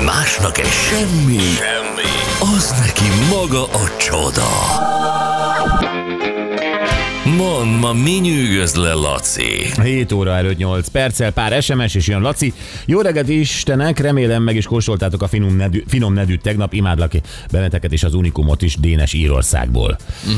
Másnak egy semmi, az neki maga a csoda. Mondd, ma mi nyűgöz le, Laci? 7 óra előtt 8 perccel, pár SMS és jön Laci. Jó reggelt Istenek, remélem meg is kóstoltátok a finom nedűt tegnap, imádlak benneteket és az Unikumot is Dénes Írországból.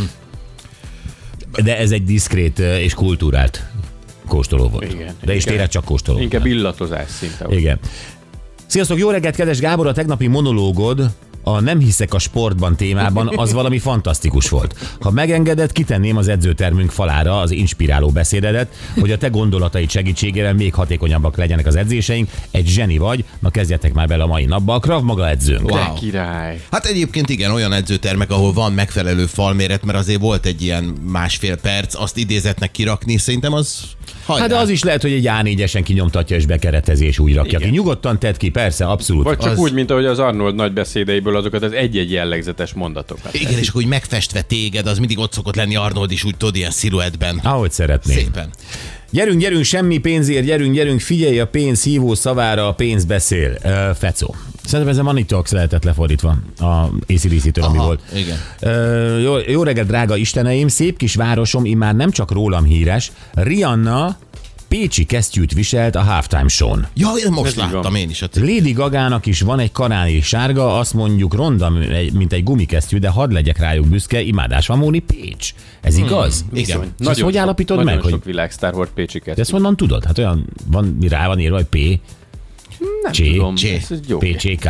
De ez egy diszkrét és kultúrált kóstoló volt. Igen, de is tényleg csak kóstoló. Inkább illatozás szinte. Igen. Sziasztok, jó reggelt, kedves Gábor, a tegnapi monológod a nem hiszek a sportban témában az valami fantasztikus volt. Ha megengeded, kitenném az edzőtermünk falára az inspiráló beszédedet, hogy a te gondolataid segítségével még hatékonyabbak legyenek az edzéseink. Egy zseni vagy, na kezdjetek már bele a mai napba, a Krav Maga edzőnk. Wow. De király. Hát egyébként igen, olyan edzőtermek, ahol van megfelelő falméret, mert azért volt egy ilyen másfél perc, azt idézetnek kirakni, szerintem az hajrá. Hát de az is lehet, hogy egy A4-esen kinyomtatja és bekeretezi és úgy rakja ki. Nyugodtan tedd ki, persze, abszolút. Vagy csak úgy, mint ahogy az Arnold nagy beszédeiből azokat az egy-egy jellegzetes mondatokat. Igen, és akkor úgy megfestve téged, az mindig ott szokott lenni Arnold is, úgy tudod, ilyen sziluettben. Ahogy szeretnék. Szépen. Gyerünk, semmi pénzért, gyerünk, figyelj a pénz hívó szavára, a pénz beszél. Fecó. Szerintem ez a Money Talks lehetett lefordítva a AC/DC-től, ami volt. Igen. Jó reggelt, drága isteneim, szép kis városom immár nem csak rólam híres, Rihanna pécsi kesztyűt viselt a Halftime Show-n. Ja, én most láttam én is. Lady Gagának is van egy kanáli sárga, azt mondjuk ronda, mint egy gumikesztyű, de hadd legyek rájuk büszke, imádás van Móni Pécs. Ez igaz? Igen. Nagyon hogy állapítod meg? Nagyon sok világsztár volt pécsi kesztyű. De ezt honnan tudod? Hát olyan, rá van írva, hogy P. Nem tudom, ez jó. PCK.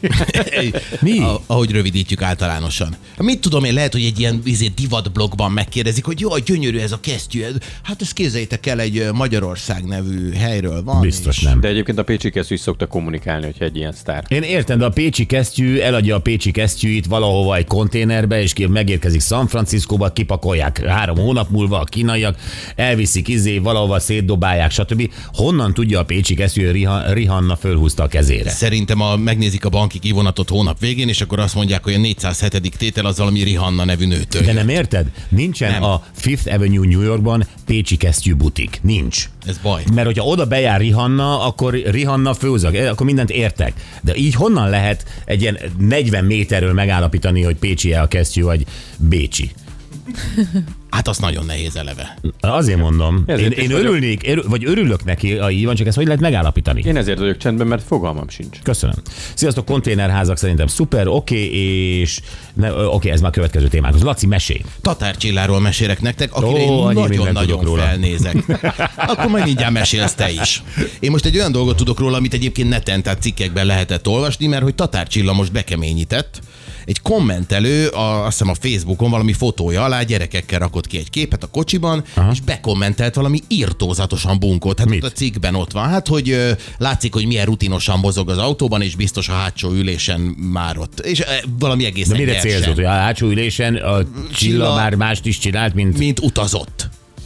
Mi? Ahogy rövidítjük általánosan. Mit tudom én, lehet, hogy egy ilyen divatblogban megkérdezik, hogy jó, gyönyörű ez a kesztyű. Hát ezt képzeljétek el, egy Magyarország nevű helyről van. Biztos nem. De egyébként a pécsi kesztyű is szokta kommunikálni, hogyha egy ilyen sztár. Én értem, de a pécsi kesztyű eladja a pécsi kesztyűit valahova egy konténerbe, és megérkezik San Franciscóba, kipakolják 3 hónap múlva a kínaiak, elviszik valahova szétdobálják, stb. Honnan tudja a pécsi kesztyű, hogy Rihanna fölhúzta a kezére? Szerintem megnézik a banki kivonatot hónap végén, és akkor azt mondják, hogy a 407. tétel az valami Rihanna nevű nőtől. De nem érted? Nincsen nem. A Fifth Avenue New Yorkban pécsi kesztyű butik. Nincs. Ez baj. Mert hogyha oda bejár Rihanna, akkor Rihanna főzak, akkor mindent értek. De így honnan lehet egy ilyen 40 méterről megállapítani, hogy pécsi-e a kesztyű, vagy bécsi? Hát az nagyon nehéz eleve. Azért mondom. Én örülnék, vagy örülök neki, így van, csak ezt hogy lehet megállapítani? Én ezért vagyok csendben, mert fogalmam sincs. Köszönöm. Sziasztok, konténerházak szerintem szuper, oké, ez már a következő témákhoz. Laci, mesélj. Tatár Csilláról mesélek nektek, akire én nagyon-nagyon felnézek. Akkor majd mindjárt mesélsz te is. Én most egy olyan dolgot tudok róla, amit egyébként neten, tehát cikkekben lehetett olvasni, mert hogy Tatár Csilla most bekeményített. Egy kommentelő, azt hiszem a Facebookon valami fotója alá gyerekekkel rakott ki egy képet a kocsiban, és bekommentelt valami irtózatosan bunkót. Hát ott a cikkben ott van, hát hogy látszik, hogy milyen rutinosan mozog az autóban, és biztos a hátsó ülésen már ott. És valami egészen de mire célzott, hogy a hátsó ülésen a Csilla már mást is csinált, mint utazott.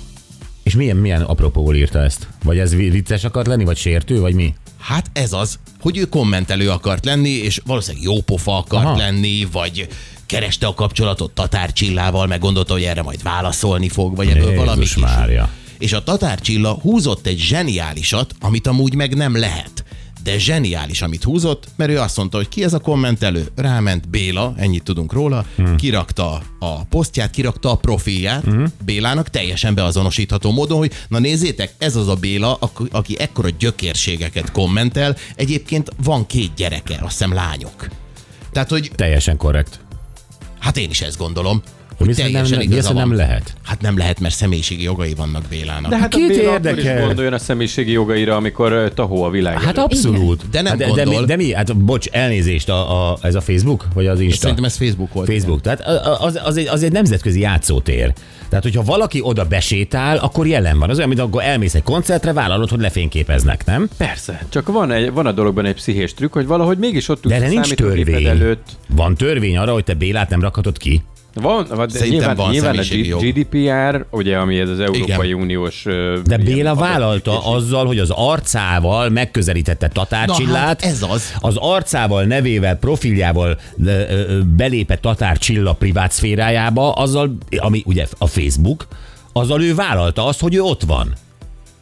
És milyen apropóból írta ezt? Vagy ez vicces akart lenni, vagy sértő, vagy mi? Hát ez az, hogy ő kommentelő akart lenni, és valószínűleg jópofa akart lenni, vagy kereste a kapcsolatot Tatár Csillával, meg gondolta, hogy erre majd válaszolni fog, vagy ebből valami kis. És a Tatár Csilla húzott egy zseniálisat, amit amúgy meg nem lehet. De zseniális, amit húzott, mert ő azt mondta, hogy ki ez a kommentelő, ráment Béla, ennyit tudunk róla, kirakta a posztját, kirakta a profilját, Bélának teljesen beazonosítható módon, hogy na nézzétek, ez az a Béla, aki ekkora gyökérségeket kommentel, egyébként van 2 gyereke, azt hiszem lányok. Tehát, hogy... Teljesen korrekt. Hát én is ezt gondolom. Nem lehet? Hát nem lehet, mert személyiségi jogai vannak Bélának. De hát a Béla akkor is gondoljon a személyiségi jogaira, amikor tahó a világ. Hát abszolút. De nem gondol. De mi? Hát bocs, elnézést, ez a Facebook, vagy az Insta? Szerintem ez Facebook volt. Facebook, tehát az egy nemzetközi játszótér. Tehát, hogyha valaki oda besétál, akkor jelen van. Az olyan, mint akkor elmész egy koncertre, vállalod, hogy lefényképeznek, nem? Persze. Csak van a dologban egy pszichés trükk, hogy valahogy mégis ott ülsz a számítógéped előtt. Van törvény arra, hogy te Bélát nem rakhatod ki? Nyilván a GDPR, ugye, ami ez az Európai Uniós... De Béla vállalta azzal, hogy az arcával megközelítette Tatár Csillát. Hát ez az. Az arcával, nevével, profiljával belépett Tatár Csilla privát szférájába, azzal, ami ugye a Facebook, azzal ő vállalta azt, hogy ő ott van.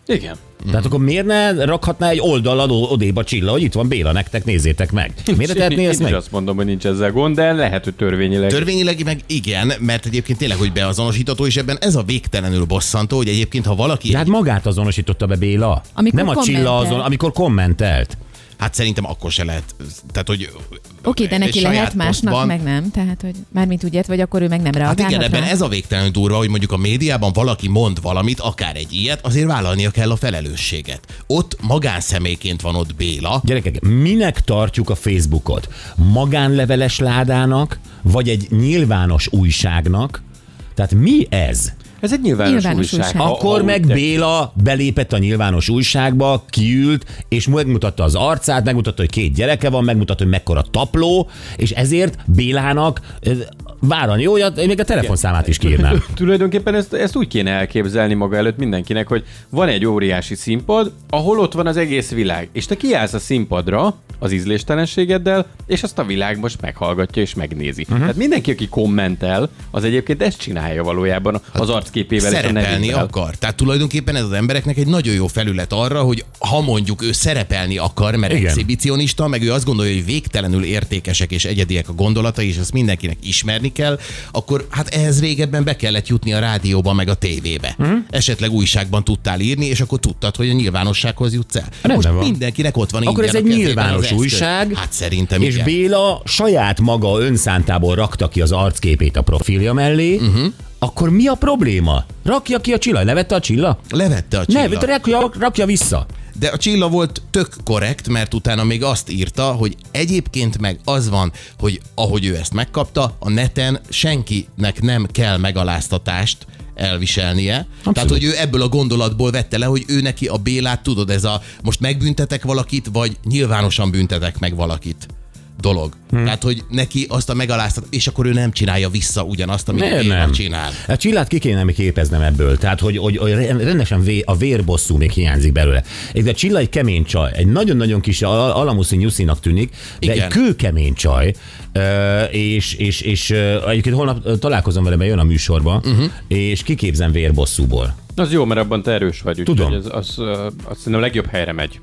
Igen. Tehát akkor miért ne rakhatná egy oldalad odébb a Csilla, hogy itt van Béla, nektek nézzétek meg? Miért tehetné ezt meg? Én azt mondom, hogy nincs ezzel gond, de lehet, hogy törvényileg. Törvényileg meg igen, mert egyébként tényleg, hogy beazonosítható, és ebben ez a végtelenül bosszantó, hogy egyébként, ha valaki... De hát magát azonosította be Béla. Amikor nem a Csilla amikor kommentelt. Hát szerintem akkor se lehet. Tehát, hogy Oké, de neki lehet, másnak meg nem. Tehát, hogy mármint úgy ért, vagy akkor ő meg nem reagálhat. Hát igen, ebben ez a végtelenül durva, hogy mondjuk a médiában valaki mond valamit, akár egy ilyet, azért vállalnia kell a felelősséget. Ott magánszemélyként van ott Béla. Gyerekek, minek tartjuk a Facebookot? Magánleveles ládának, vagy egy nyilvános újságnak? Tehát mi ez? Ez egy nyilvános újság. Akkor meg Béla belépett a nyilvános újságba, kiült, és megmutatta az arcát, megmutatta, hogy 2 gyereke van, megmutatta, hogy mekkora tapló, és ezért Bélának várani, jó, hogy még a telefonszámát is kiírnám. Tulajdonképpen ezt úgy kéne elképzelni maga előtt mindenkinek, hogy van egy óriási színpad, ahol ott van az egész világ, és te kiállsz a színpadra az ízléstelenségeddel, és azt a világ most meghallgatja és megnézi. Tehát mindenki, aki kommentel, az egyébként ezt csinálja valójában az arcképével. Szerepelni akar. Tehát tulajdonképpen ez az embereknek egy nagyon jó felület arra, hogy ha mondjuk ő szerepelni akar, mert exhibicionista, meg ő azt gondolja, hogy végtelenül értékesek és egyediek a gondolatai, és azt mindenkinek ismerni kell, akkor hát ehhez régebben be kellett jutni a rádióba, meg a tévébe. Esetleg újságban tudtál írni, és akkor tudtad, hogy a nyilvánossághoz jutsz el. Most mindenkinek ott van akkor ingyen ez egy nyilvános újság, hát szerintem és igen. Béla saját maga önszántából rakta ki az arcképét a profilja mellé, akkor mi a probléma? Rakja ki a Csilla. Levette a Csilla? Levette a Csilla. Ne, rakja vissza. De a Csilla volt tök korrekt, mert utána még azt írta, hogy egyébként meg az van, hogy ahogy ő ezt megkapta, a neten senkinek nem kell megaláztatást elviselnie. Abszolút. Tehát, hogy ő ebből a gondolatból vette le, hogy ő neki a Bélát, tudod, ez a most megbüntetek valakit, vagy nyilvánosan büntetek meg valakit dolog. Tehát, hogy neki azt a megaláztat, és akkor ő nem csinálja vissza ugyanazt, amit Béla csinál. A Csillát ki kéne még képeznem ebből. Tehát, hogy rendesen a vérbosszú még hiányzik belőle. De a Csilla egy kemény csaj. Egy nagyon-nagyon kis alamuszi nyuszinak tűnik, de egy kőkemény csaj. És egyébként holnap találkozom vele, mert jön a műsorba, és kiképzem vérbosszúból. Az jó, mert abban te erős vagy. Tudom. Az szerintem a legjobb helyre megy.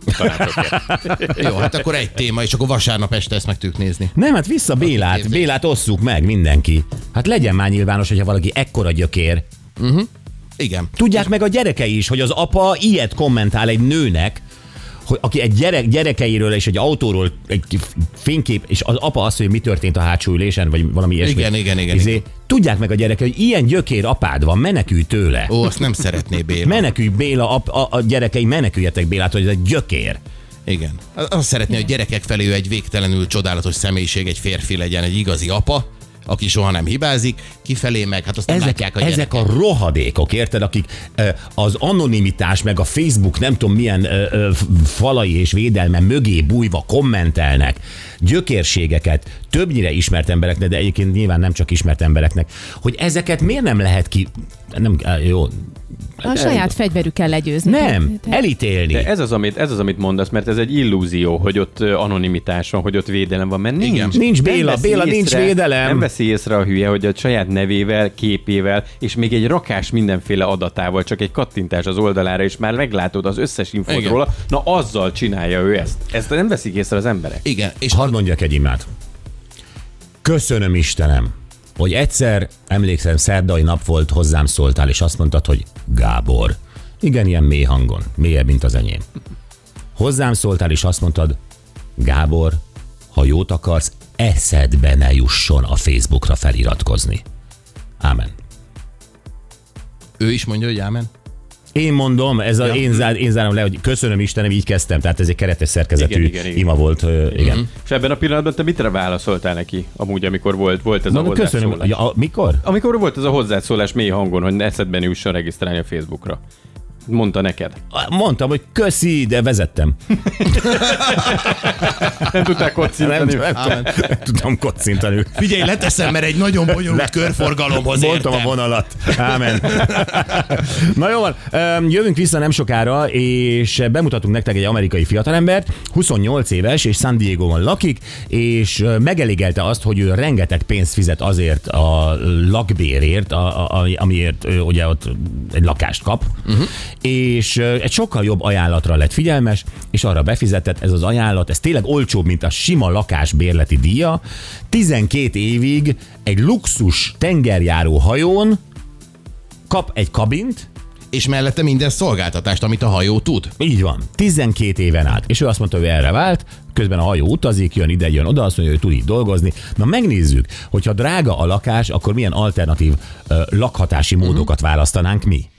Jó, hát akkor egy téma, és akkor vasárnap este ezt meg tudjuk nézni. Nem, hát vissza Bélát. Bélát osszuk meg mindenki. Hát legyen már nyilvános, hogyha valaki ekkora gyökér. Igen. Tudják meg a gyerekei is, hogy az apa ilyet kommentál egy nőnek, hogy aki egy gyerekeiről és egy autóról egy fénykép, és az apa azt, hogy mi történt a hátsó ülésen, vagy valami ilyesmi. Igen. Tudják meg a gyerekek, hogy ilyen gyökér apád van, menekülj tőle. Ó, azt nem szeretné Béla. Menekülj Béla, a gyerekei, meneküljetek Bélát, hogy ez egy gyökér. Igen. Azt szeretné, hogy gyerekek felé ő egy végtelenül csodálatos személyiség, egy férfi legyen, egy igazi apa, aki soha nem hibázik, kifelé meg, hát azt nem látják a gyerekek. Ezek a rohadékok, érted, akik az anonimitás, meg a Facebook nem tudom milyen falai és védelme mögé bújva kommentelnek gyökérségeket többnyire ismert embereknek, de egyébként nyilván nem csak ismert embereknek, hogy ezeket miért nem lehet nem, jó. A saját fegyverükkel legyőzni. Nem, elítélni. De ez az, amit mondasz, mert ez egy illúzió, hogy ott anonimitás van, hogy ott védelem van, mert nincs Béla, nincs védelem. Nem veszi észre a hülye, hogy a saját nevével, képével, és még egy rakás mindenféle adatával, csak egy kattintás az oldalára, és már meglátod az összes infót róla, na azzal csinálja ő ezt. Ezt nem veszik észre az emberek. Igen. És hadd mondjak egy imát. Köszönöm Istenem, hogy egyszer, emlékszem, szerdai nap volt, hozzám szóltál, és azt mondtad, hogy Gábor. Igen, ilyen mély hangon, mélyebb, mint az enyém. Hozzám szóltál, és azt mondtad, Gábor, ha jót akarsz, eszedbe ne jusson a Facebookra feliratkozni. Ámen. Ő is mondja, hogy ámen? Én mondom, én zárom le, hogy köszönöm Istenem, így kezdtem, tehát ez egy keretes szerkezetű ima volt. Igen. És ebben a pillanatban te mire válaszoltál neki, amúgy, amikor volt ez a hozzászólás? Köszönöm. Mikor? Amikor volt ez a hozzászólás mély hangon, hogy eszedbe ne jusson regisztrálni a Facebookra. Mondta neked? Mondtam, hogy köszi, de vezettem. Nem tudták kocintani. Nem tudtam kocintani. Figyelj, leteszem, mert egy nagyon bonyolult körforgalomhoz Mondtam a vonalat. Ámen. Na jó van, jövünk vissza nem sokára, és bemutatunk nektek egy amerikai fiatalembert, 28 éves, és San Diego-ban lakik, és megelégelte azt, hogy ő rengeteg pénzt fizet azért a lakbérért, amiért ugye ott egy lakást kap, és egy sokkal jobb ajánlatra lett figyelmes, és arra befizetett, ez az ajánlat, ez tényleg olcsóbb, mint a sima lakásbérleti díja. 12 évig egy luxus tengerjáró hajón kap egy kabint, és mellette minden szolgáltatást, amit a hajó tud. Így van, 12 éven át. És ő azt mondta, hogy erre vált, közben a hajó utazik, jön ide, jön oda, azt mondja, hogy tud így dolgozni. Na megnézzük, hogyha drága a lakás, akkor milyen alternatív lakhatási módokat választanánk mi.